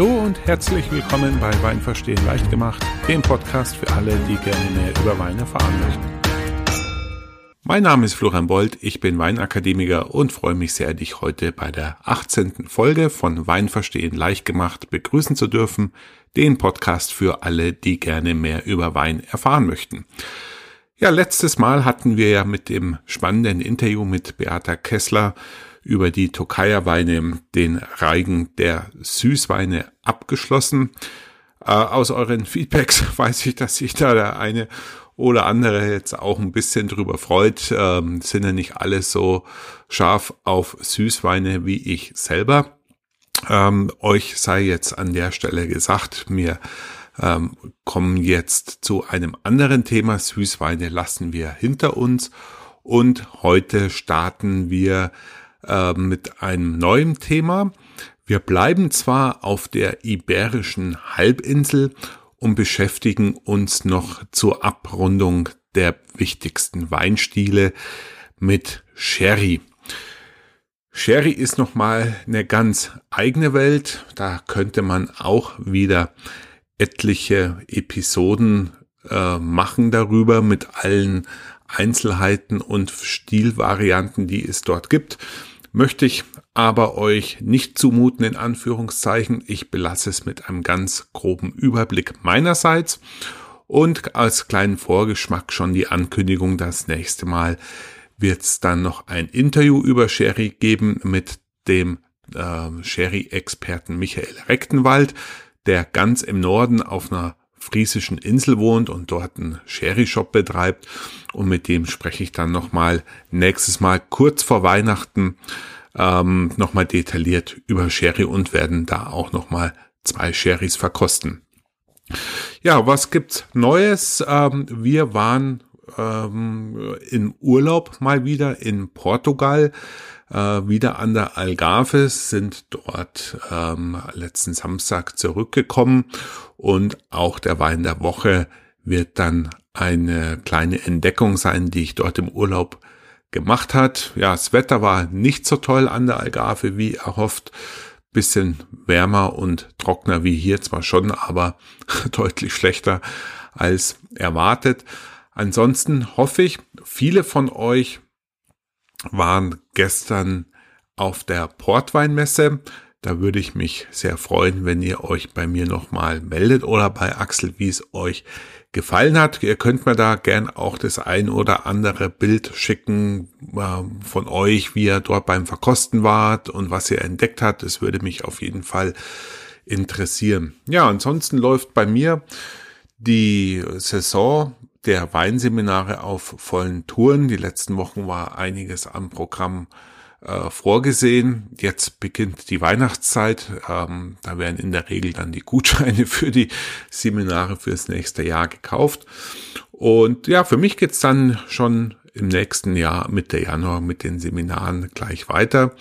Hallo und herzlich willkommen bei Wein verstehen leicht gemacht, dem Podcast für alle, die gerne mehr über Wein erfahren möchten. Mein Name ist Florian Bold, ich bin Weinakademiker und freue mich sehr, dich heute bei der 18. Folge von Wein verstehen leicht gemacht begrüßen zu dürfen, den Podcast für alle, die gerne mehr über Wein erfahren möchten. Ja, letztes Mal hatten wir ja mit dem spannenden Interview mit Beata Kessler über die Tokayer-Weine den Reigen der Süßweine abgeschlossen. Aus euren Feedbacks weiß ich, dass sich da der eine oder andere jetzt auch ein bisschen drüber freut. Sind ja nicht alle so scharf auf Süßweine wie ich selber. Euch sei jetzt an der Stelle gesagt, wir kommen jetzt zu einem anderen Thema. Süßweine lassen wir hinter uns und heute starten wir mit einem neuen Thema. Wir bleiben zwar auf der Iberischen Halbinsel und beschäftigen uns noch zur Abrundung der wichtigsten Weinstile mit Sherry. Sherry ist nochmal eine ganz eigene Welt. Da könnte man auch wieder etliche Episoden machen darüber mit allen Einzelheiten und Stilvarianten, die es dort gibt. Möchte ich aber euch nicht zumuten, in Anführungszeichen. Ich belasse es mit einem ganz groben Überblick meinerseits und als kleinen Vorgeschmack schon die Ankündigung, das nächste Mal wird es dann noch ein Interview über Sherry geben mit dem Sherry-Experten Michael Rechtenwald, der ganz im Norden auf einer friesischen Insel wohnt und dort einen Sherry-Shop betreibt, und mit dem spreche ich dann nochmal nächstes Mal kurz vor Weihnachten nochmal detailliert über Sherry und werden da auch nochmal 2 Sherrys verkosten. Ja, was gibt's Neues? Wir waren im Urlaub mal wieder in Portugal, wieder an der Algarve, sind dort letzten Samstag zurückgekommen und auch der Wein der Woche wird dann eine kleine Entdeckung sein, die ich dort im Urlaub gemacht hat. Ja, das Wetter war nicht so toll an der Algarve wie erhofft. Bisschen wärmer und trockener wie hier zwar schon, aber deutlich schlechter als erwartet. Ansonsten hoffe ich, viele von euch waren gestern auf der Portweinmesse. Da würde ich mich sehr freuen, wenn ihr euch bei mir nochmal meldet oder bei Axel, wie es euch gefallen hat. Ihr könnt mir da gern auch das ein oder andere Bild schicken von euch, wie ihr dort beim Verkosten wart und was ihr entdeckt habt. Das würde mich auf jeden Fall interessieren. Ja, ansonsten läuft bei mir die Saison der Weinseminare auf vollen Touren. Die letzten Wochen war einiges am Programm vorgesehen. Jetzt beginnt die Weihnachtszeit. Da werden in der Regel dann die Gutscheine für die Seminare fürs nächste Jahr gekauft. Und ja, für mich geht's dann schon im nächsten Jahr, Mitte Januar, mit den Seminaren gleich weiter.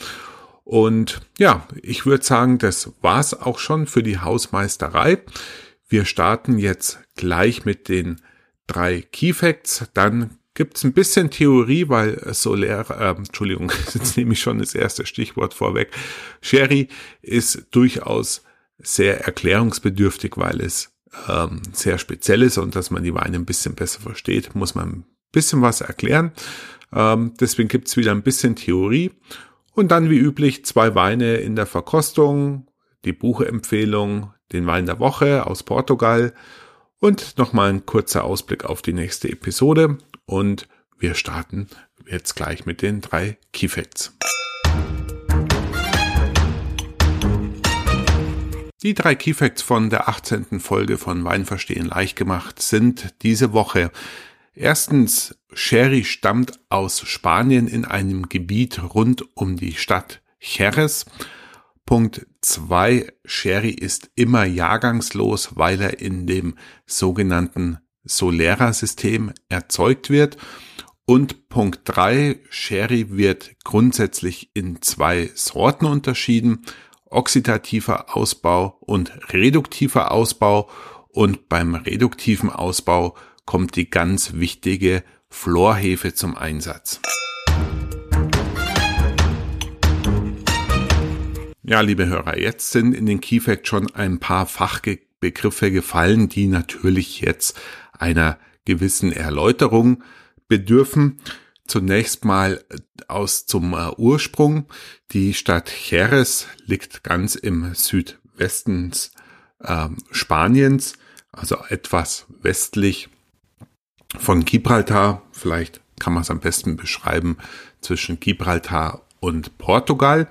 Und ja, ich würde sagen, das war's auch schon für die Hausmeisterei. Wir starten jetzt gleich mit den 3 Key Facts, dann gibt's ein bisschen Theorie, weil Entschuldigung, jetzt nehme ich schon das erste Stichwort vorweg. Sherry ist durchaus sehr erklärungsbedürftig, weil es sehr speziell ist und dass man die Weine ein bisschen besser versteht, muss man ein bisschen was erklären. Deswegen gibt's wieder ein bisschen Theorie und dann wie üblich 2 Weine in der Verkostung, die Buchempfehlung, den Wein der Woche aus Portugal und nochmal ein kurzer Ausblick auf die nächste Episode. Und wir starten jetzt gleich mit den 3 Key Facts. Die 3 Key Facts von der 18. Folge von Wein verstehen leicht gemacht sind diese Woche. Erstens, Sherry stammt aus Spanien in einem Gebiet rund um die Stadt Jerez. Punkt 2, Sherry ist immer jahrgangslos, weil er in dem sogenannten Solera-System erzeugt wird. Und Punkt 3, Sherry wird grundsätzlich in 2 Sorten unterschieden, oxidativer Ausbau und reduktiver Ausbau. Und beim reduktiven Ausbau kommt die ganz wichtige Florhefe zum Einsatz. Ja, liebe Hörer, jetzt sind in den Key Facts schon ein paar Fachbegriffe gefallen, die natürlich jetzt einer gewissen Erläuterung bedürfen. Zunächst mal zum Ursprung. Die Stadt Jerez liegt ganz im Südwesten Spaniens, also etwas westlich von Gibraltar. Vielleicht kann man es am besten beschreiben zwischen Gibraltar und Portugal.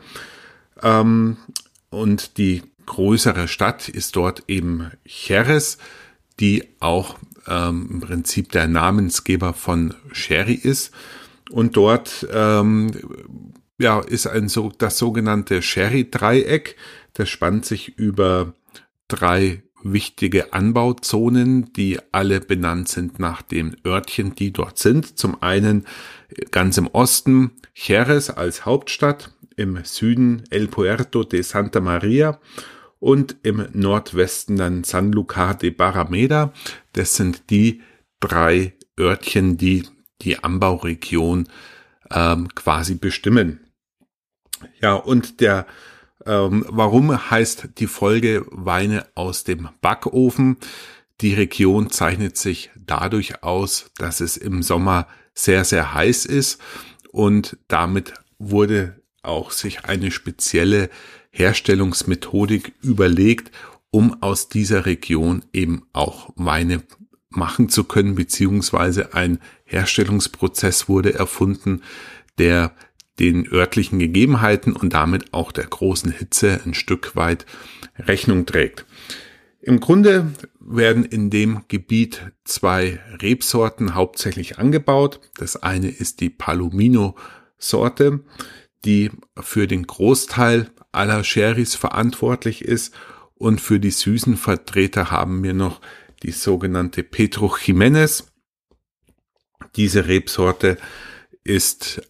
Und die größere Stadt ist dort eben Jerez, die auch im Prinzip der Namensgeber von Sherry ist. Und dort ist das sogenannte Sherry-Dreieck. Das spannt sich über 3 wichtige Anbauzonen, die alle benannt sind nach den Örtchen, die dort sind. Zum einen ganz im Osten Jerez als Hauptstadt, im Süden El Puerto de Santa Maria und im Nordwesten dann Sanlúcar de Barrameda. Das sind die 3 Örtchen, die die Anbauregion quasi bestimmen. Ja, und warum heißt die Folge Weine aus dem Backofen? Die Region zeichnet sich dadurch aus, dass es im Sommer sehr, sehr heiß ist und damit wurde auch sich eine spezielle Herstellungsmethodik überlegt, um aus dieser Region eben auch Weine machen zu können, beziehungsweise ein Herstellungsprozess wurde erfunden, der den örtlichen Gegebenheiten und damit auch der großen Hitze ein Stück weit Rechnung trägt. Im Grunde werden in dem Gebiet 2 Rebsorten hauptsächlich angebaut. Das eine ist die Palomino-Sorte, die für den Großteil aller Sherrys verantwortlich ist, und für die süßen Vertreter haben wir noch die sogenannte Pedro Jiménez. Diese Rebsorte ist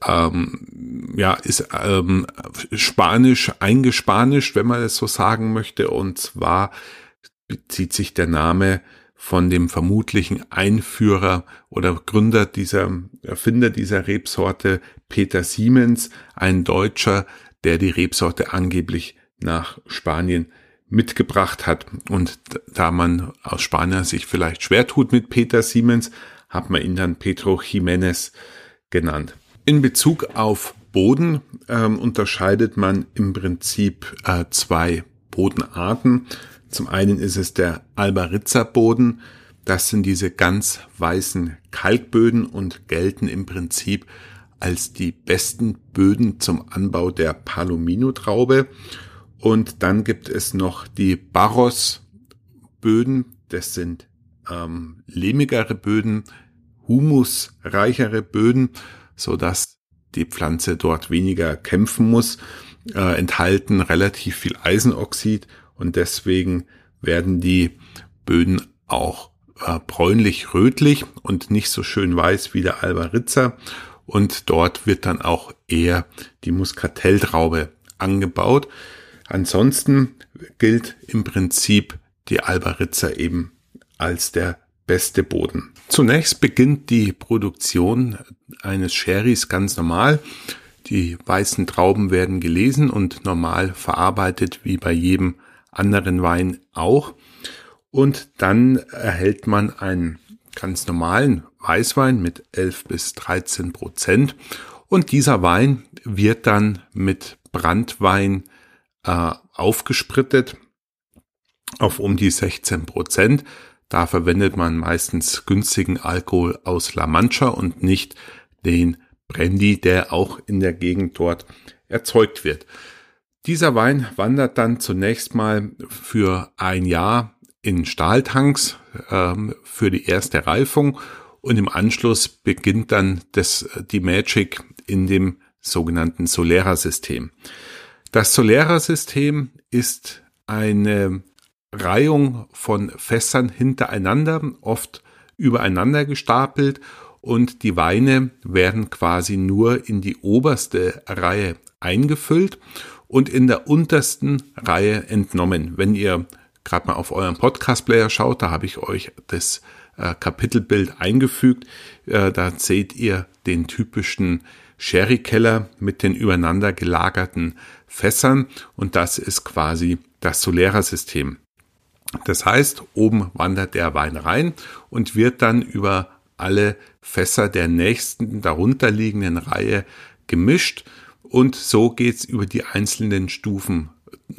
spanisch eingespanischt, wenn man es so sagen möchte, und zwar bezieht sich der Name von dem vermutlichen Einführer oder Erfinder dieser Rebsorte, Peter Siemens, ein Deutscher, der die Rebsorte angeblich nach Spanien mitgebracht hat. Und da man aus Spanien sich vielleicht schwer tut mit Peter Siemens, hat man ihn dann Pedro Jiménez genannt. In Bezug auf Boden unterscheidet man im Prinzip 2 Bodenarten. Zum einen ist es der Albaritzer-Boden. Das sind diese ganz weißen Kalkböden und gelten im Prinzip als die besten Böden zum Anbau der Palomino-Traube. Und dann gibt es noch die Barros-Böden. Das sind lehmigere Böden, humusreichere Böden, so dass die Pflanze dort weniger kämpfen muss, enthalten relativ viel Eisenoxid und deswegen werden die Böden auch bräunlich-rötlich und nicht so schön weiß wie der Albaritzer, und dort wird dann auch eher die Muscateltraube angebaut. Ansonsten gilt im Prinzip die Albaritzer eben als der beste Boden. Zunächst beginnt die Produktion eines Sherrys ganz normal. Die weißen Trauben werden gelesen und normal verarbeitet, wie bei jedem anderen Wein auch. Und dann erhält man einen ganz normalen Weißwein mit 11-13%. Und dieser Wein wird dann mit Branntwein aufgesprittet auf um die 16%. Da verwendet man meistens günstigen Alkohol aus La Mancha und nicht den Brandy, der auch in der Gegend dort erzeugt wird. Dieser Wein wandert dann zunächst mal für ein Jahr in Stahltanks für die erste Reifung und im Anschluss beginnt dann die Magic in dem sogenannten Solera-System. Das Solera-System ist eine Reihung von Fässern hintereinander, oft übereinander gestapelt, und die Weine werden quasi nur in die oberste Reihe eingefüllt und in der untersten Reihe entnommen. Wenn ihr gerade mal auf euren Podcast-Player schaut, da habe ich euch das Kapitelbild eingefügt. Da seht ihr den typischen Sherry-Keller mit den übereinander gelagerten Fässern und das ist quasi das Solera-System. Das heißt, oben wandert der Wein rein und wird dann über alle Fässer der nächsten darunterliegenden Reihe gemischt und so geht's über die einzelnen Stufen,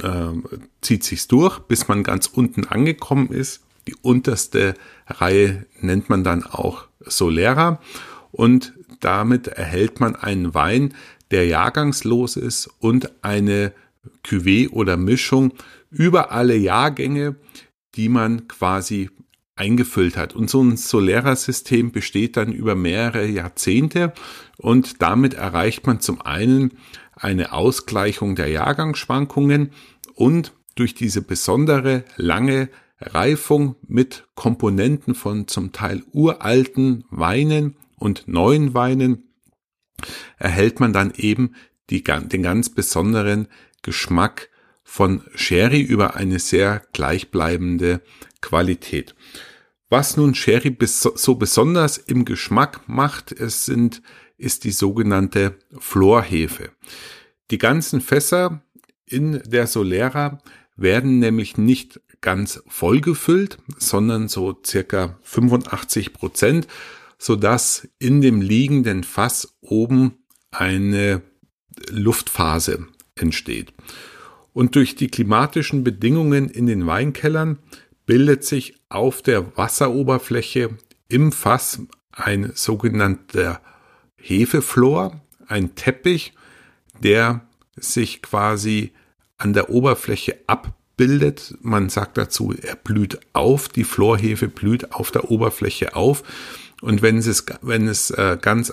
zieht sich's durch, bis man ganz unten angekommen ist. Die unterste Reihe nennt man dann auch Solera und damit erhält man einen Wein, der jahrgangslos ist und eine Cuvée oder Mischung über alle Jahrgänge, die man quasi eingefüllt hat. Und so ein Solera-System besteht dann über mehrere Jahrzehnte und damit erreicht man zum einen eine Ausgleichung der Jahrgangsschwankungen und durch diese besondere lange Reifung mit Komponenten von zum Teil uralten Weinen und neuen Weinen erhält man dann eben den ganz besonderen Geschmack von Sherry über eine sehr gleichbleibende Qualität. Was nun Sherry so besonders im Geschmack macht, ist die sogenannte Florhefe. Die ganzen Fässer in der Solera werden nämlich nicht ganz voll gefüllt, sondern so circa 85%, sodass in dem liegenden Fass oben eine Luftphase entsteht. Und durch die klimatischen Bedingungen in den Weinkellern bildet sich auf der Wasseroberfläche im Fass ein sogenannter Hefeflor, ein Teppich, der sich quasi an der Oberfläche abbildet. Man sagt dazu, er blüht auf, die Florhefe blüht auf der Oberfläche auf. Und wenn es ganz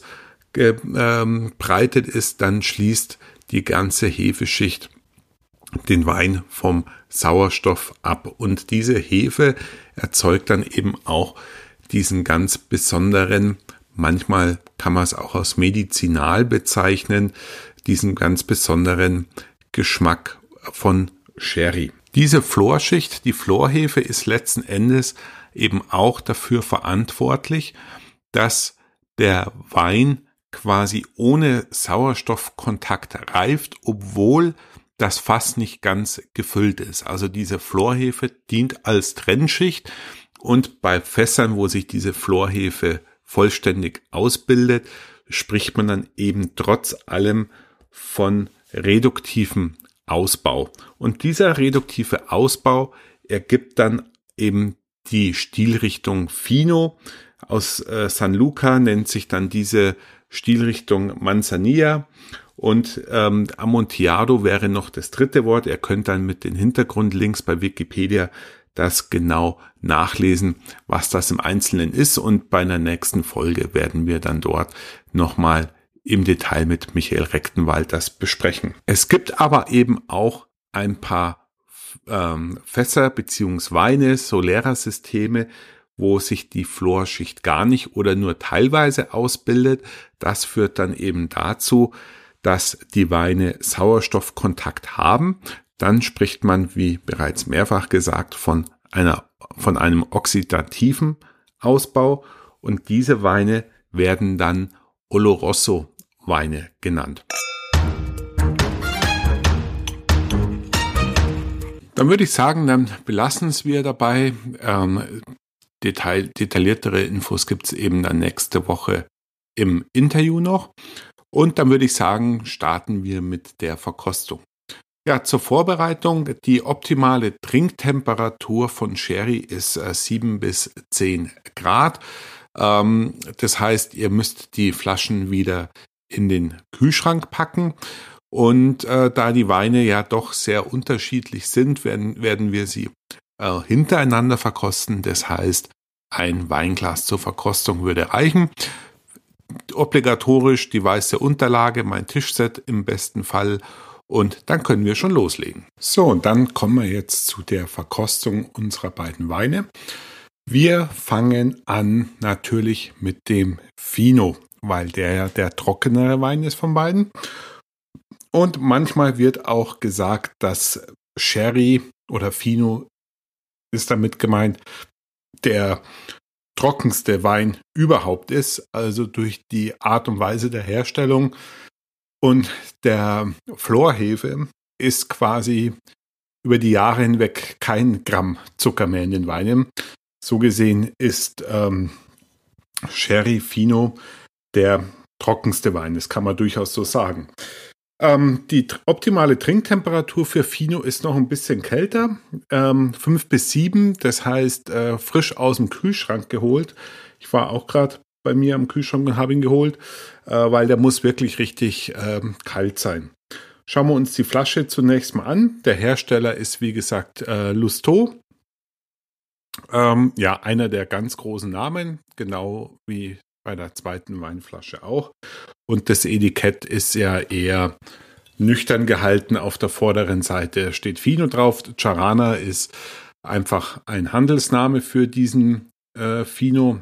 ausgebreitet ist, dann schließt die ganze Hefeschicht den Wein vom Sauerstoff ab. Und diese Hefe erzeugt dann eben auch diesen ganz besonderen, manchmal kann man es auch als medizinal bezeichnen, diesen ganz besonderen Geschmack von Sherry. Diese Florschicht, die Florhefe, ist letzten Endes eben auch dafür verantwortlich, dass der Wein quasi ohne Sauerstoffkontakt reift, obwohl das Fass nicht ganz gefüllt ist. Also diese Florhefe dient als Trennschicht und bei Fässern, wo sich diese Florhefe vollständig ausbildet, spricht man dann eben trotz allem von reduktivem Ausbau. Und dieser reduktive Ausbau ergibt dann eben die Stilrichtung Fino. Aus San Luca nennt sich dann diese Stilrichtung Manzanilla. Und Amontillado wäre noch das dritte Wort. Ihr könnt dann mit den Hintergrundlinks bei Wikipedia das genau nachlesen, was das im Einzelnen ist. Und bei einer nächsten Folge werden wir dann dort nochmal im Detail mit Michael Rechtenwald das besprechen. Es gibt aber eben auch ein paar Fässer bzw. Weine, Solera-Systeme, wo sich die Florschicht gar nicht oder nur teilweise ausbildet. Das führt dann eben dazu, dass die Weine Sauerstoffkontakt haben. Dann spricht man, wie bereits mehrfach gesagt, von einem oxidativen Ausbau und diese Weine werden dann Oloroso-Weine genannt. Dann würde ich sagen, dann belassen es wir dabei. Detailliertere Infos gibt es eben dann nächste Woche im Interview noch. Und dann würde ich sagen, starten wir mit der Verkostung. Ja, zur Vorbereitung. Die optimale Trinktemperatur von Sherry ist 7 bis 10 Grad. Das heißt, ihr müsst die Flaschen wieder in den Kühlschrank packen. Und da die Weine ja doch sehr unterschiedlich sind, werden wir sie hintereinander verkosten. Das heißt, ein Weinglas zur Verkostung würde reichen. Obligatorisch die weiße Unterlage, mein Tischset im besten Fall. Und dann können wir schon loslegen. So, und dann kommen wir jetzt zu der Verkostung unserer beiden Weine. Wir fangen an natürlich mit dem Fino, weil der ja der trockenere Wein ist von beiden. Und manchmal wird auch gesagt, dass Sherry oder Fino ist damit gemeint, der trockenste Wein überhaupt ist, also durch die Art und Weise der Herstellung. Und der Florhefe ist quasi über die Jahre hinweg kein Gramm Zucker mehr in den Weinen. So gesehen ist Sherry Fino der trockenste Wein, das kann man durchaus so sagen. Die optimale Trinktemperatur für Fino ist noch ein bisschen kälter, 5 bis 7, das heißt frisch aus dem Kühlschrank geholt. Ich war auch gerade bei mir am Kühlschrank und habe ihn geholt, weil der muss wirklich richtig kalt sein. Schauen wir uns die Flasche zunächst mal an. Der Hersteller ist wie gesagt Lousteau. Einer der ganz großen Namen, genau wie bei der zweiten Weinflasche auch. Und das Etikett ist ja eher nüchtern gehalten. Auf der vorderen Seite steht Fino drauf. Charana ist einfach ein Handelsname für diesen Fino.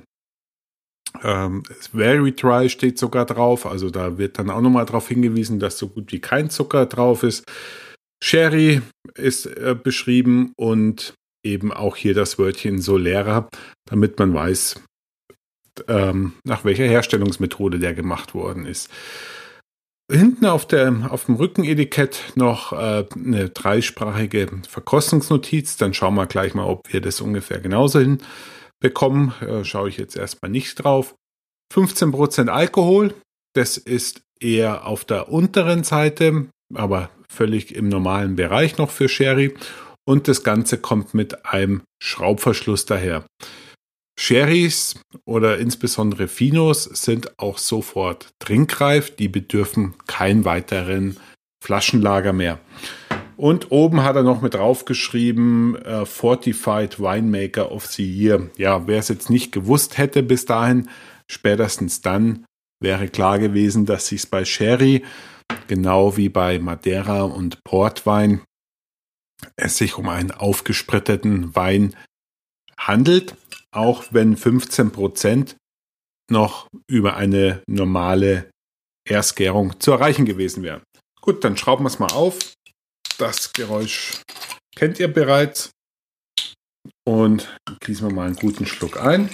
Very dry steht sogar drauf. Also da wird dann auch nochmal darauf hingewiesen, dass so gut wie kein Zucker drauf ist. Sherry ist beschrieben und eben auch hier das Wörtchen Solera, damit man weiß, nach welcher Herstellungsmethode der gemacht worden ist. Hinten auf dem Rückenetikett noch eine dreisprachige Verkostungsnotiz. Dann schauen wir gleich mal, ob wir das ungefähr genauso hinbekommen. Schaue ich jetzt erstmal nicht drauf. 15% Alkohol, das ist eher auf der unteren Seite, aber völlig im normalen Bereich noch für Sherry. Und das Ganze kommt mit einem Schraubverschluss daher. Sherrys oder insbesondere Finos sind auch sofort trinkreif. Die bedürfen keinen weiteren Flaschenlager mehr. Und oben hat er noch mit draufgeschrieben, Fortified Winemaker of the Year. Ja, wer es jetzt nicht gewusst hätte bis dahin, spätestens dann wäre klar gewesen, dass sich bei Sherry, genau wie bei Madeira und Portwein, es sich um einen aufgespritteten Wein handelt, auch wenn 15% noch über eine normale Erstgärung zu erreichen gewesen wären. Gut, dann schrauben wir es mal auf. Das Geräusch kennt ihr bereits. Und gießen wir mal einen guten Schluck ein.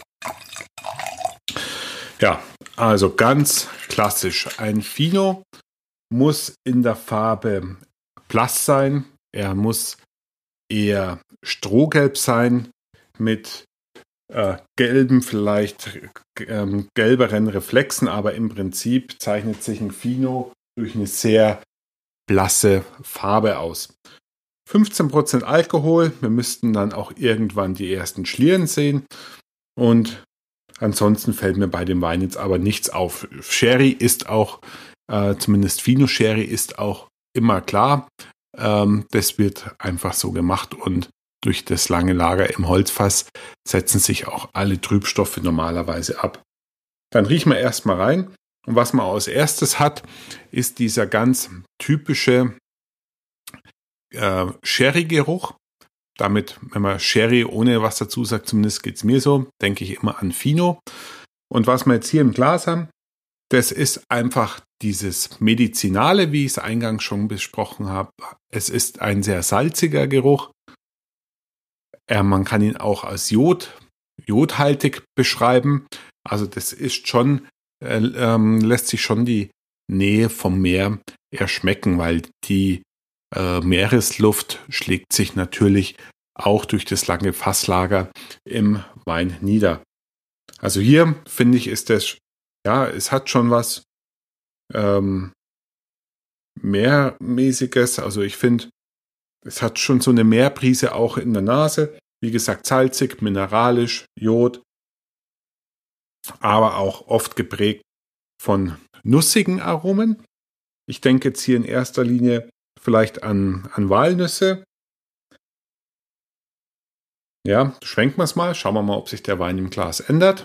Ja, also ganz klassisch. Ein Fino muss in der Farbe blass sein. Er muss eher strohgelb sein mit gelben, vielleicht gelberen Reflexen, aber im Prinzip zeichnet sich ein Fino durch eine sehr blasse Farbe aus. 15% Alkohol, wir müssten dann auch irgendwann die ersten Schlieren sehen und ansonsten fällt mir bei dem Wein jetzt aber nichts auf. Sherry ist auch, zumindest Fino Sherry ist auch immer klar. Das wird einfach so gemacht und durch das lange Lager im Holzfass setzen sich auch alle Trübstoffe normalerweise ab. Dann riechen wir erstmal rein und was man als erstes hat, ist dieser ganz typische Sherry-Geruch. Damit, wenn man Sherry ohne was dazu sagt, zumindest geht es mir so, denke ich immer an Fino. Und was wir jetzt hier im Glas haben, das ist einfach dieses Medizinale, wie ich es eingangs schon besprochen habe. Es ist ein sehr salziger Geruch. Man kann ihn auch als jodhaltig beschreiben. Also das ist schon, lässt sich schon die Nähe vom Meer erschmecken, weil die Meeresluft schlägt sich natürlich auch durch das lange Fasslager im Wein nieder. Also hier finde ich, ist das, ja, es hat schon was Meermäßiges. Also ich finde, es hat schon so eine Meerprise auch in der Nase. Wie gesagt, salzig, mineralisch, Jod, aber auch oft geprägt von nussigen Aromen. Ich denke jetzt hier in erster Linie vielleicht an Walnüsse. Ja, schwenken wir es mal. Schauen wir mal, ob sich der Wein im Glas ändert.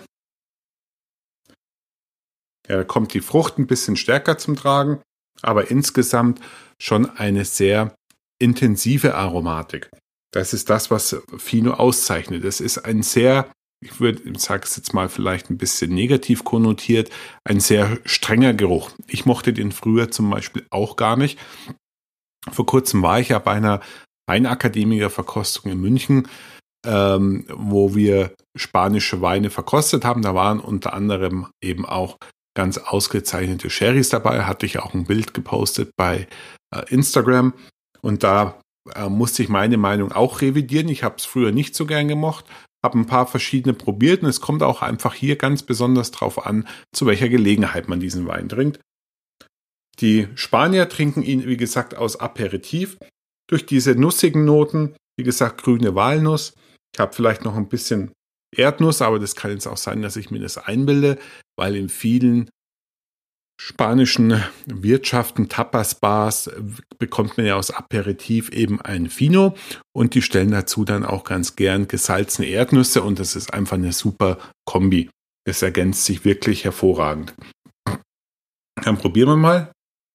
Ja, da kommt die Frucht ein bisschen stärker zum Tragen, aber insgesamt schon eine sehr intensive Aromatik. Das ist das, was Fino auszeichnet. Es ist ein sehr, ich sage es jetzt mal vielleicht ein bisschen negativ konnotiert, ein sehr strenger Geruch. Ich mochte den früher zum Beispiel auch gar nicht. Vor kurzem war ich ja bei einer Weinakademiker-Verkostung in München. wo wir spanische Weine verkostet haben. Da waren unter anderem eben auch ganz ausgezeichnete Sherrys dabei. Hatte ich auch ein Bild gepostet bei Instagram. Und da musste ich meine Meinung auch revidieren. Ich habe es früher nicht so gern gemocht, habe ein paar verschiedene probiert und es kommt auch einfach hier ganz besonders drauf an, zu welcher Gelegenheit man diesen Wein trinkt. Die Spanier trinken ihn, wie gesagt, aus Aperitif durch diese nussigen Noten, wie gesagt, grüne Walnuss. Ich habe vielleicht noch ein bisschen Erdnuss, aber das kann jetzt auch sein, dass ich mir das einbilde, weil in vielen spanischen Wirtschaften, Tapas-Bars, bekommt man ja aus Aperitif eben ein Fino und die stellen dazu dann auch ganz gern gesalzene Erdnüsse und das ist einfach eine super Kombi. Das ergänzt sich wirklich hervorragend. Dann probieren wir mal.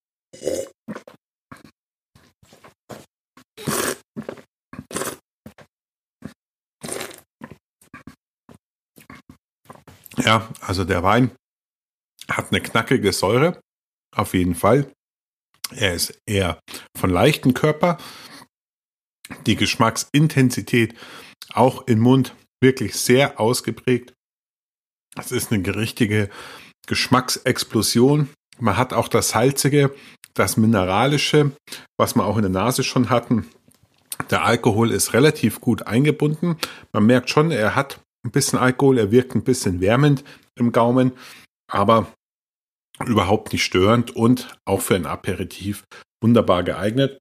Ja, also der Wein hat eine knackige Säure, auf jeden Fall. Er ist eher von leichtem Körper. Die Geschmacksintensität auch im Mund wirklich sehr ausgeprägt. Es ist eine richtige Geschmacksexplosion. Man hat auch das Salzige, das Mineralische, was wir auch in der Nase schon hatten. Der Alkohol ist relativ gut eingebunden. Man merkt schon, er hat ein bisschen Alkohol, er wirkt ein bisschen wärmend im Gaumen, aber überhaupt nicht störend und auch für ein Aperitif wunderbar geeignet.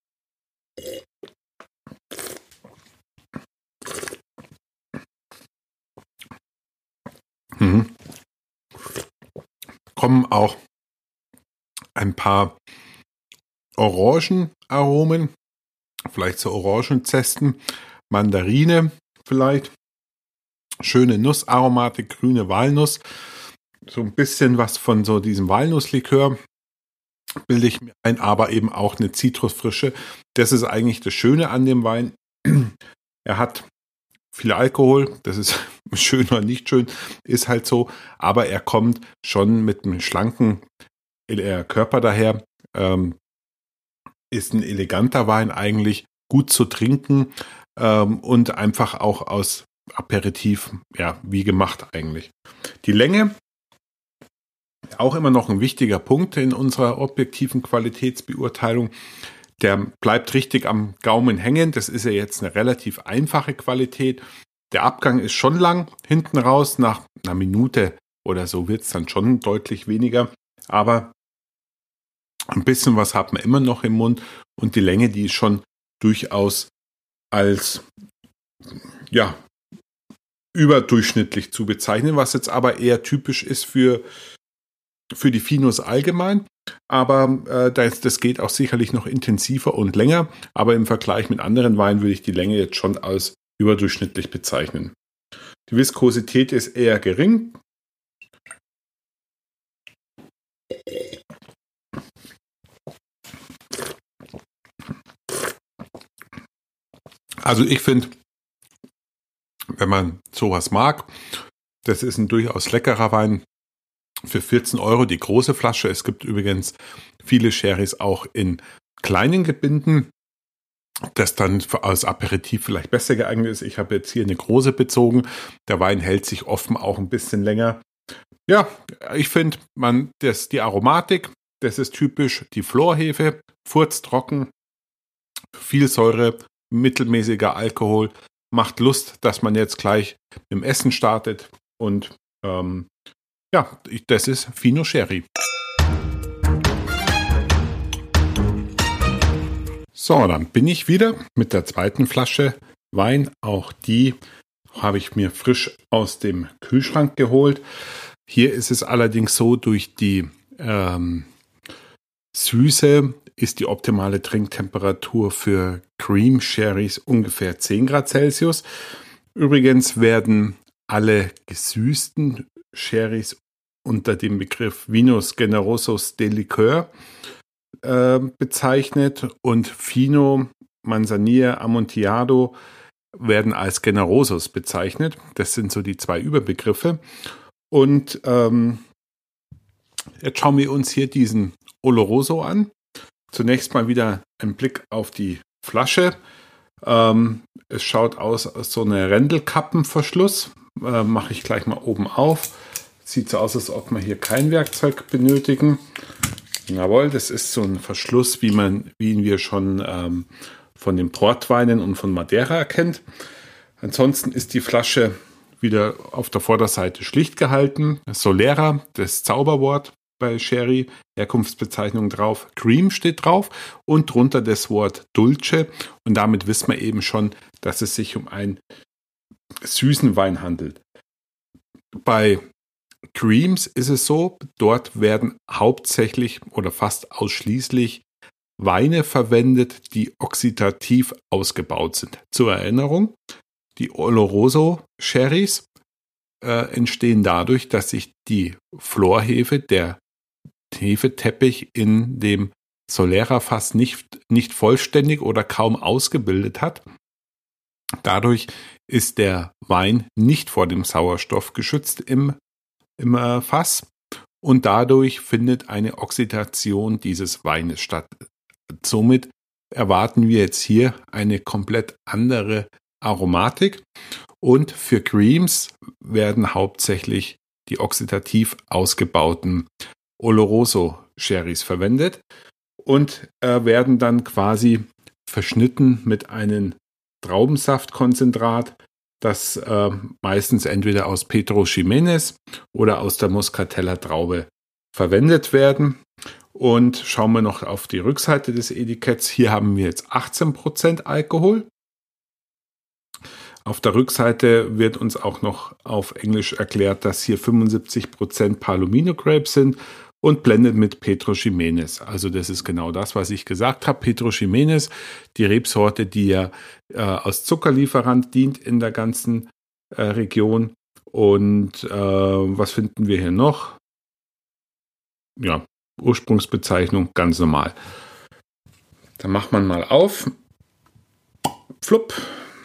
Kommen auch ein paar Orangenaromen, vielleicht so Orangenzesten, Mandarine vielleicht, schöne Nussaromatik, grüne Walnuss, so ein bisschen was von so diesem Walnusslikör bilde ich mir ein, aber eben auch eine Zitrusfrische. Das ist eigentlich das Schöne an dem Wein. Er hat viel Alkohol, das ist schön oder nicht schön, ist halt so, aber er kommt schon mit einem schlanken Körper daher, ist ein eleganter Wein eigentlich, gut zu trinken und einfach auch aus Aperitif, ja, wie gemacht eigentlich. Die Länge, auch immer noch ein wichtiger Punkt in unserer objektiven Qualitätsbeurteilung. Der bleibt richtig am Gaumen hängen. Das ist ja jetzt eine relativ einfache Qualität. Der Abgang ist schon lang hinten raus. Nach einer Minute oder so wird es dann schon deutlich weniger. Aber ein bisschen was hat man immer noch im Mund. Und die Länge, die ist schon durchaus als ja, überdurchschnittlich zu bezeichnen, was jetzt aber eher typisch ist für die Finos allgemein. Aber das geht auch sicherlich noch intensiver und länger. Aber im Vergleich mit anderen Weinen würde ich die Länge jetzt schon als überdurchschnittlich bezeichnen. Die Viskosität ist eher gering. Also ich finde, wenn man sowas mag, das ist ein durchaus leckerer Wein für 14 € die große Flasche. Es gibt übrigens viele Sherrys auch in kleinen Gebinden, das dann als Aperitif vielleicht besser geeignet ist. Ich habe jetzt hier eine große bezogen. Der Wein hält sich offen auch ein bisschen länger. Ja, ich finde, die Aromatik, das ist typisch die Florhefe, furztrocken, viel Säure, mittelmäßiger Alkohol, macht Lust, dass man jetzt gleich mit dem Essen startet und ja, das ist Fino Sherry. So, dann bin ich wieder mit der zweiten Flasche Wein. Auch die habe ich mir frisch aus dem Kühlschrank geholt. Hier ist es allerdings so, durch die Süße ist die optimale Trinktemperatur für Cream Sherrys ungefähr 10 Grad Celsius. Übrigens werden alle gesüßten Sherrys unter dem Begriff Vinos Generosos de Liqueur bezeichnet und Fino, Manzanilla, Amontillado werden als Generosos bezeichnet. Das sind so die zwei Überbegriffe. Und jetzt schauen wir uns hier diesen Oloroso an. Zunächst mal wieder ein Blick auf die Flasche. Es schaut aus so eine Rändelkappenverschluss. Mache ich gleich mal oben auf. Sieht so aus, als ob wir hier kein Werkzeug benötigen. Jawohl, das ist so ein Verschluss, wie ihn wir schon von den Portweinen und von Madeira kennt. Ansonsten ist die Flasche wieder auf der Vorderseite schlicht gehalten. Solera, das Zauberwort bei Sherry, Herkunftsbezeichnung drauf. Cream steht drauf und drunter das Wort Dulce. Und damit wissen wir eben schon, dass es sich um einen süßen Wein handelt. Bei Creams ist es so, dort werden hauptsächlich oder fast ausschließlich Weine verwendet, die oxidativ ausgebaut sind. Zur Erinnerung, die Oloroso Sherrys entstehen dadurch, dass sich die Florhefe, der Hefeteppich in dem Solera-Fass nicht vollständig oder kaum ausgebildet hat. Dadurch ist der Wein nicht vor dem Sauerstoff geschützt im Fass und dadurch findet eine Oxidation dieses Weines statt. Somit erwarten wir jetzt hier eine komplett andere Aromatik und für Creams werden hauptsächlich die oxidativ ausgebauten Oloroso Sherrys verwendet und werden dann quasi verschnitten mit einem Traubensaftkonzentrat, das meistens entweder aus Pedro Ximénez oder aus der Muscatella Traube verwendet werden. Und schauen wir noch auf die Rückseite des Etiketts. Hier haben wir jetzt 18% Alkohol. Auf der Rückseite wird uns auch noch auf Englisch erklärt, dass hier 75% Palomino Grapes sind und blendet mit Pedro Ximénez. Also das ist genau das, was ich gesagt habe. Pedro Ximénez, die Rebsorte, die ja als Zuckerlieferant dient in der ganzen Region. Und was finden wir hier noch? Ja, Ursprungsbezeichnung ganz normal. Dann macht man mal auf. Flupp.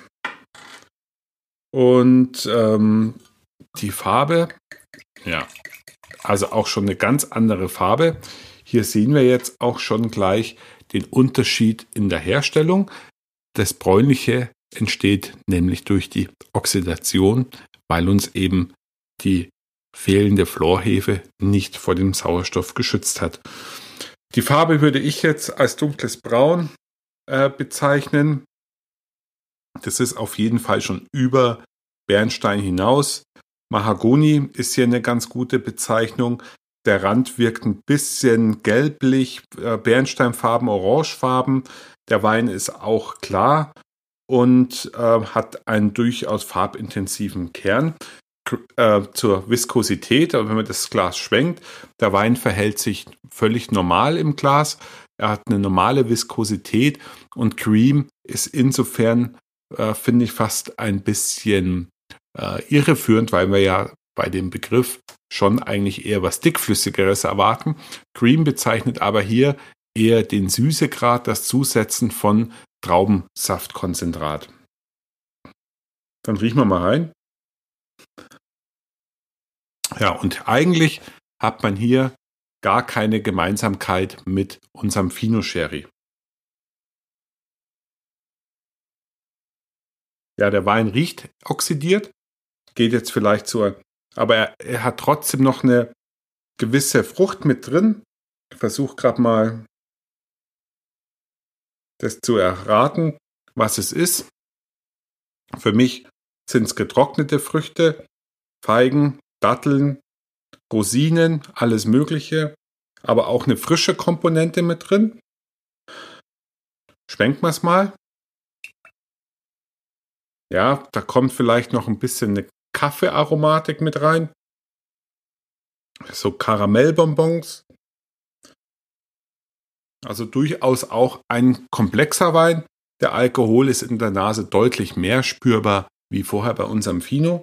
Und die Farbe, ja, also auch schon eine ganz andere Farbe. Hier sehen wir jetzt auch schon gleich den Unterschied in der Herstellung. Das Bräunliche entsteht nämlich durch die Oxidation, weil uns eben die fehlende Florhefe nicht vor dem Sauerstoff geschützt hat. Die Farbe würde ich jetzt als dunkles Braun bezeichnen. Das ist auf jeden Fall schon über Bernstein hinaus. Mahagoni ist hier eine ganz gute Bezeichnung. Der Rand wirkt ein bisschen gelblich, Bernsteinfarben, Orangefarben. Der Wein ist auch klar und hat einen durchaus farbintensiven Kern. Zur Viskosität, aber wenn man das Glas schwenkt, der Wein verhält sich völlig normal im Glas. Er hat eine normale Viskosität und Cream ist insofern, finde ich, fast ein bisschen irreführend, weil wir ja bei dem Begriff schon eigentlich eher was Dickflüssigeres erwarten. Cream bezeichnet aber hier eher den Süßegrad, das Zusetzen von Traubensaftkonzentrat. Dann riechen wir mal rein. Ja, und eigentlich hat man hier gar keine Gemeinsamkeit mit unserem Fino Sherry. Ja, der Wein riecht oxidiert, geht jetzt vielleicht so, aber er hat trotzdem noch eine gewisse Frucht mit drin. Ich versuche gerade mal das zu erraten, was es ist. Für mich sind es getrocknete Früchte, Feigen, Datteln, Rosinen, alles Mögliche, aber auch eine frische Komponente mit drin. Schwenken wir es mal. Ja, da kommt vielleicht noch ein bisschen eine Kaffeearomatik mit rein. So Karamellbonbons. Also durchaus auch ein komplexer Wein. Der Alkohol ist in der Nase deutlich mehr spürbar wie vorher bei unserem Fino.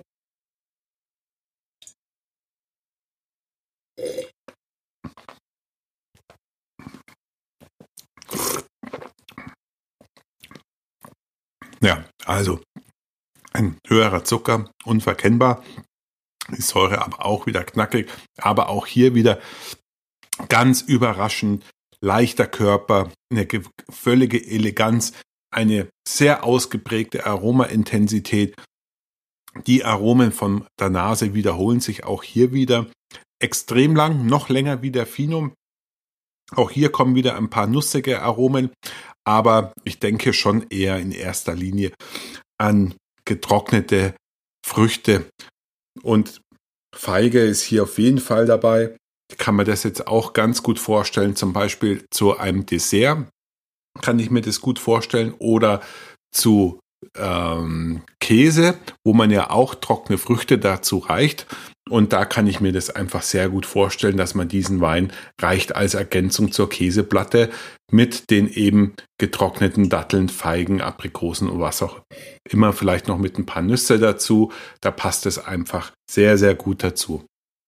Ja, also ein höherer Zucker, unverkennbar. Die Säure aber auch wieder knackig, aber auch hier wieder ganz überraschend leichter Körper, eine völlige Eleganz. eine sehr ausgeprägte Aromaintensität. Die Aromen von der Nase wiederholen sich auch hier wieder extrem lang, noch länger wie der Fino. Auch hier kommen wieder ein paar nussige Aromen, aber ich denke schon eher in erster Linie an getrocknete Früchte. Und Feige ist hier auf jeden Fall dabei. Ich kann mir das jetzt auch ganz gut vorstellen, zum Beispiel zu einem Dessert kann ich mir das gut vorstellen oder zu Käse, wo man ja auch trockene Früchte dazu reicht. Und da kann ich mir das einfach sehr gut vorstellen, dass man diesen Wein reicht als Ergänzung zur Käseplatte mit den eben getrockneten Datteln, Feigen, Aprikosen und was auch immer, vielleicht noch mit ein paar Nüsse dazu. Da passt es einfach sehr, sehr gut dazu.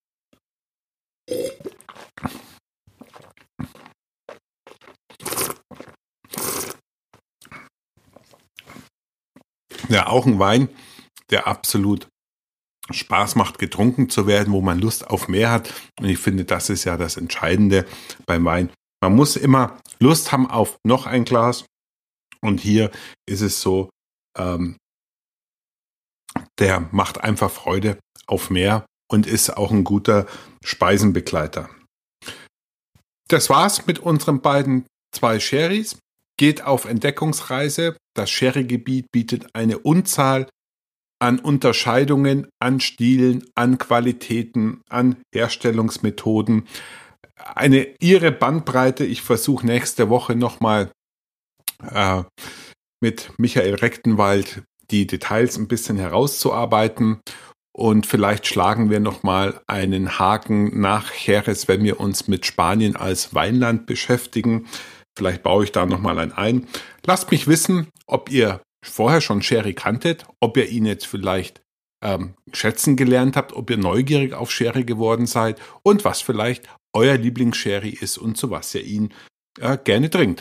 Ja, auch ein Wein, der absolut Spaß macht, getrunken zu werden, wo man Lust auf mehr hat. Und ich finde, das ist ja das Entscheidende beim Wein. Man muss immer Lust haben auf noch ein Glas. Und hier ist es so, der macht einfach Freude auf mehr und ist auch ein guter Speisenbegleiter. Das war's mit unseren beiden 2 Sherrys. Geht auf Entdeckungsreise. Das Sherry-Gebiet bietet eine Unzahl an Unterscheidungen, an Stilen, an Qualitäten, an Herstellungsmethoden. Eine irre Bandbreite. Ich versuche nächste Woche nochmal mit Michael Rechtenwald die Details ein bisschen herauszuarbeiten. Und vielleicht schlagen wir nochmal einen Haken nach Jerez, wenn wir uns mit Spanien als Weinland beschäftigen. Vielleicht baue ich da nochmal einen ein. Lasst mich wissen, ob ihr vorher schon Sherry kanntet, ob ihr ihn jetzt vielleicht schätzen gelernt habt, ob ihr neugierig auf Sherry geworden seid und was vielleicht euer Lieblings-Sherry ist und zu was ihr ihn gerne trinkt.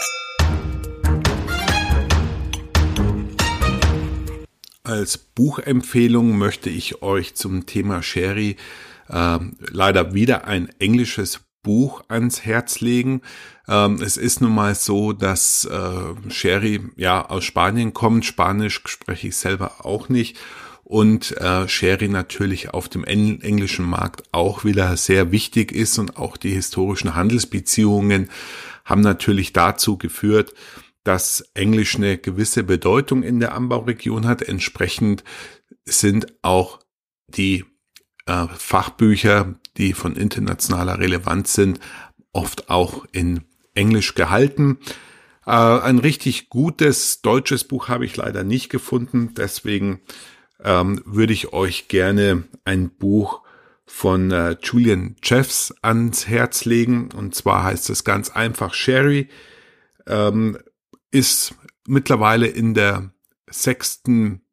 Als Buchempfehlung möchte ich euch zum Thema Sherry leider wieder ein englisches Buch ans Herz legen. Es ist nun mal so, dass Sherry ja aus Spanien kommt. Spanisch spreche ich selber auch nicht. Und Sherry natürlich auf dem englischen Markt auch wieder sehr wichtig ist. Und auch die historischen Handelsbeziehungen haben natürlich dazu geführt, dass Englisch eine gewisse Bedeutung in der Anbauregion hat. Entsprechend sind auch die Fachbücher, die von internationaler Relevanz sind, oft auch in Englisch gehalten. Ein richtig gutes deutsches Buch habe ich leider nicht gefunden. Deswegen würde ich euch gerne ein Buch von Julian Jeffs ans Herz legen. Und zwar heißt es ganz einfach Sherry. Ist mittlerweile in der 6.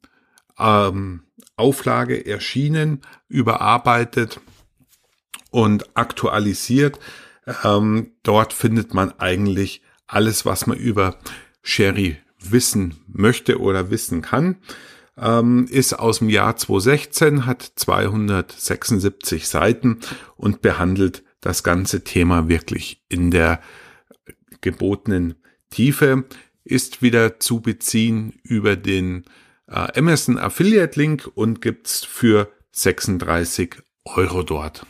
Auflage erschienen, überarbeitet und aktualisiert. Dort findet man eigentlich alles, was man über Sherry wissen möchte oder wissen kann. Ist aus dem Jahr 2016, hat 276 Seiten und behandelt das ganze Thema wirklich in der gebotenen Tiefe. Ist wieder zu beziehen über den Amazon Affiliate Link und gibt's für 36 € dort.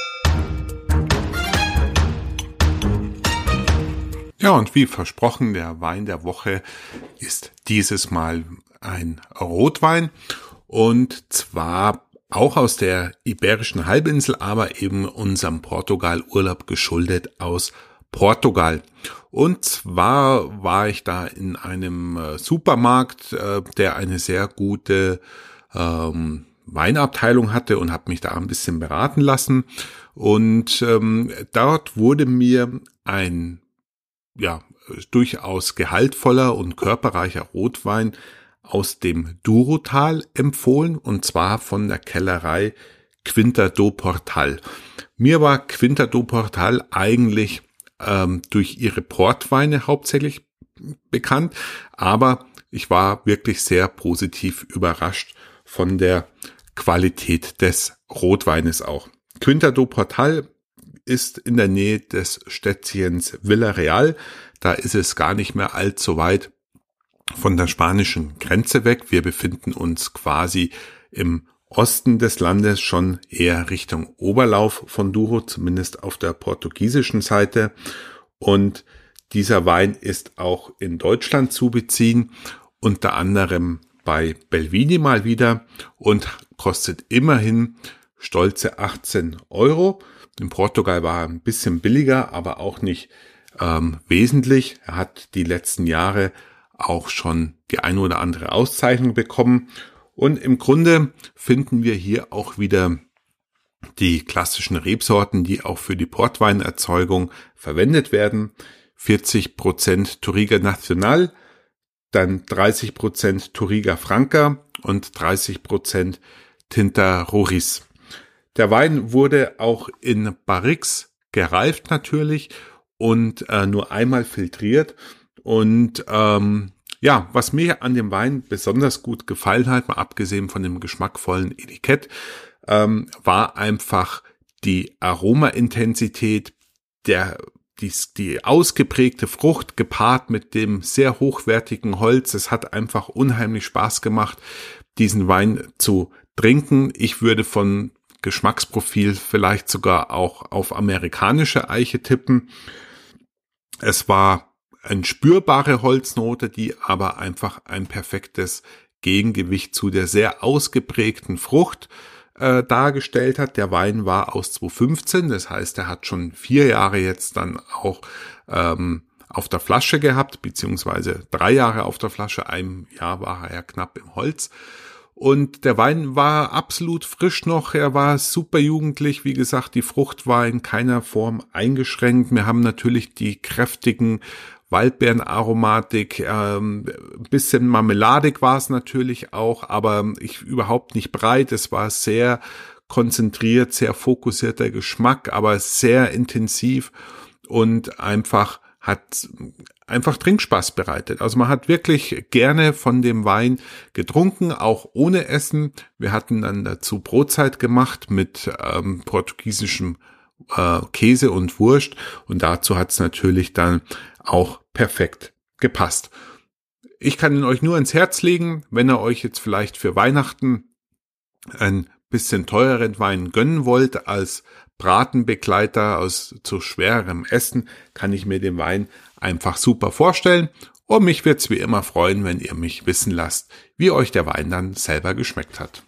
Ja, und wie versprochen, der Wein der Woche ist dieses Mal ein Rotwein und zwar auch aus der Iberischen Halbinsel, aber eben unserem Portugal-Urlaub geschuldet aus Portugal. Und zwar war ich da in einem Supermarkt, der eine sehr gute Weinabteilung hatte und habe mich da ein bisschen beraten lassen. Und dort wurde mir ein durchaus gehaltvoller und körperreicher Rotwein aus dem Dourotal empfohlen, und zwar von der Kellerei Quinta do Portal. Mir war Quinta do Portal eigentlich durch ihre Portweine hauptsächlich bekannt, aber ich war wirklich sehr positiv überrascht von der Qualität des Rotweines auch. Quinta do Portal ist in der Nähe des Städtchens Vila Real. Da ist es gar nicht mehr allzu weit von der spanischen Grenze weg. Wir befinden uns quasi im Osten des Landes, schon eher Richtung Oberlauf von Douro, zumindest auf der portugiesischen Seite. Und dieser Wein ist auch in Deutschland zu beziehen, unter anderem bei Belvini mal wieder und kostet immerhin stolze 18 Euro. In Portugal war er ein bisschen billiger, aber auch nicht wesentlich. Er hat die letzten Jahre auch schon die eine oder andere Auszeichnung bekommen. Und im Grunde finden wir hier auch wieder die klassischen Rebsorten, die auch für die Portweinerzeugung verwendet werden. 40% Touriga Nacional, dann 30% Touriga Franca und 30% Tinta Roriz. Der Wein wurde auch in Barrix gereift natürlich und nur einmal filtriert. Und was mir an dem Wein besonders gut gefallen hat, mal abgesehen von dem geschmackvollen Etikett, war einfach die Aromaintensität, die ausgeprägte Frucht gepaart mit dem sehr hochwertigen Holz. Es hat einfach unheimlich Spaß gemacht, diesen Wein zu trinken. Ich würde von Geschmacksprofil vielleicht sogar auch auf amerikanische Eiche tippen. Es war eine spürbare Holznote, die aber einfach ein perfektes Gegengewicht zu der sehr ausgeprägten Frucht dargestellt hat. Der Wein war aus 2015, das heißt, er hat schon 4 Jahre jetzt dann auch auf der Flasche gehabt, beziehungsweise 3 Jahre auf der Flasche, 1 Jahr war er ja knapp im Holz. Und der Wein war absolut frisch noch, er war super jugendlich, wie gesagt, die Frucht war in keiner Form eingeschränkt. Wir haben natürlich die kräftigen Waldbeerenaromatik, bisschen marmeladig war es natürlich auch, aber überhaupt nicht breit. Es war sehr konzentriert, sehr fokussierter Geschmack, aber sehr intensiv und hat einfach Trinkspaß bereitet. Also man hat wirklich gerne von dem Wein getrunken, auch ohne Essen. Wir hatten dann dazu Brotzeit gemacht mit portugiesischem Käse und Wurst und dazu hat es natürlich dann auch perfekt gepasst. Ich kann ihn euch nur ins Herz legen, wenn ihr euch jetzt vielleicht für Weihnachten ein bisschen teureren Wein gönnen wollt als Bratenbegleiter zu schwererem Essen, kann ich mir den Wein einfach super vorstellen. Und mich wird's wie immer freuen, wenn ihr mich wissen lasst, wie euch der Wein dann selber geschmeckt hat.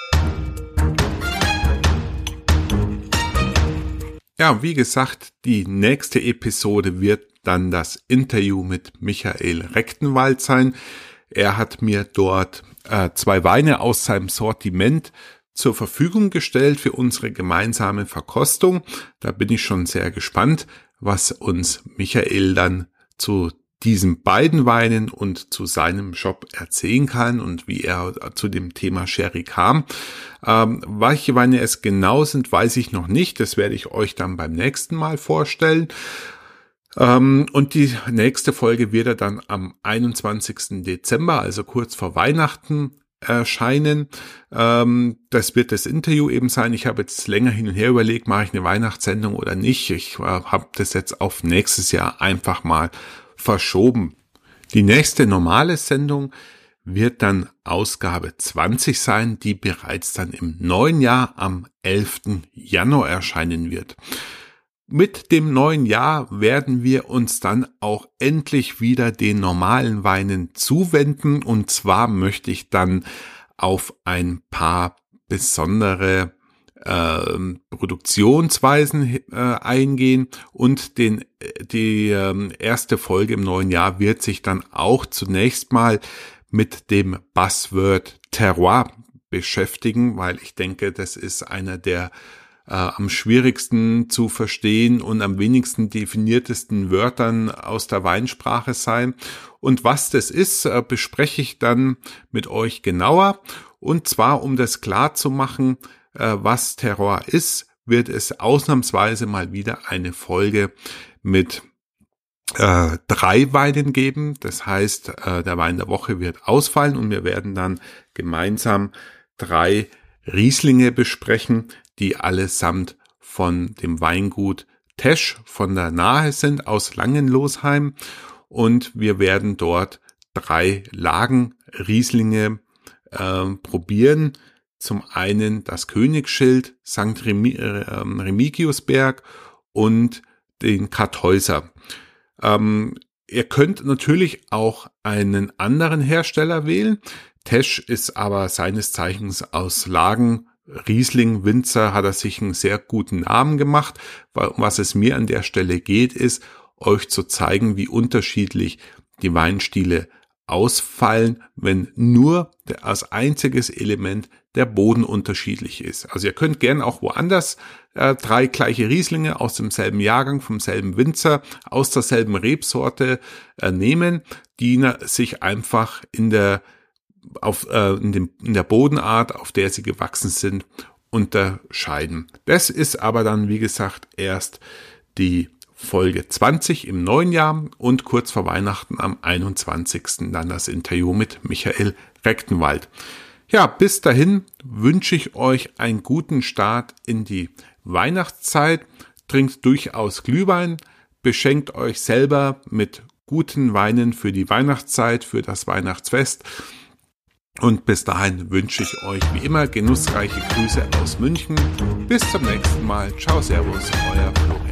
Ja, wie gesagt, die nächste Episode wird dann das Interview mit Michael Rechtenwald sein. Er hat mir dort 2 Weine aus seinem Sortiment zur Verfügung gestellt für unsere gemeinsame Verkostung. Da bin ich schon sehr gespannt, was uns Michael dann zu diesen beiden Weinen und zu seinem Shop erzählen kann und wie er zu dem Thema Sherry kam. Welche Weine es genau sind, weiß ich noch nicht. Das werde ich euch dann beim nächsten Mal vorstellen. Und die nächste Folge wird dann am 21. Dezember, also kurz vor Weihnachten, erscheinen. Das wird das Interview eben sein. Ich habe jetzt länger hin und her überlegt, mache ich eine Weihnachtssendung oder nicht. Ich habe das jetzt auf nächstes Jahr einfach mal verschoben. Die nächste normale Sendung wird dann Ausgabe 20 sein, die bereits dann im neuen Jahr am 11. Januar erscheinen wird. Mit dem neuen Jahr werden wir uns dann auch endlich wieder den normalen Weinen zuwenden und zwar möchte ich dann auf ein paar besondere Produktionsweisen eingehen und die erste Folge im neuen Jahr wird sich dann auch zunächst mal mit dem Buzzword Terroir beschäftigen, weil ich denke, das ist einer der am schwierigsten zu verstehen und am wenigsten definiertesten Wörtern aus der Weinsprache sein. Und was das ist, bespreche ich dann mit euch genauer. Und zwar, um das klar zu machen, was Terroir ist, wird es ausnahmsweise mal wieder eine Folge mit 3 Weinen geben. Das heißt, der Wein der Woche wird ausfallen und wir werden dann gemeinsam 3 Rieslinge besprechen, die allesamt von dem Weingut Tesch von der Nahe sind, aus Langenlosheim. Und wir werden dort 3 Lagen Rieslinge probieren. Zum einen das Königsschild, St. Remigiusberg und den Kartäuser. Ihr könnt natürlich auch einen anderen Hersteller wählen. Tesch ist aber seines Zeichens aus Lagen Riesling Winzer, hat er sich einen sehr guten Namen gemacht. Um was es mir an der Stelle geht, ist, euch zu zeigen, wie unterschiedlich die Weinstile ausfallen, wenn nur als einziges Element der Boden unterschiedlich ist. Also ihr könnt gern auch woanders 3 gleiche Rieslinge aus demselben Jahrgang, vom selben Winzer, aus derselben Rebsorte nehmen, die sich einfach in der Bodenart, auf der sie gewachsen sind, unterscheiden. Das ist aber dann, wie gesagt, erst die Folge 20 im neuen Jahr und kurz vor Weihnachten am 21. dann das Interview mit Michael Rechtenwald. Ja, bis dahin wünsche ich euch einen guten Start in die Weihnachtszeit. Trinkt durchaus Glühwein, beschenkt euch selber mit guten Weinen für die Weihnachtszeit, für das Weihnachtsfest. Und bis dahin wünsche ich euch wie immer genussreiche Grüße aus München. Bis zum nächsten Mal. Ciao, servus, euer Florian.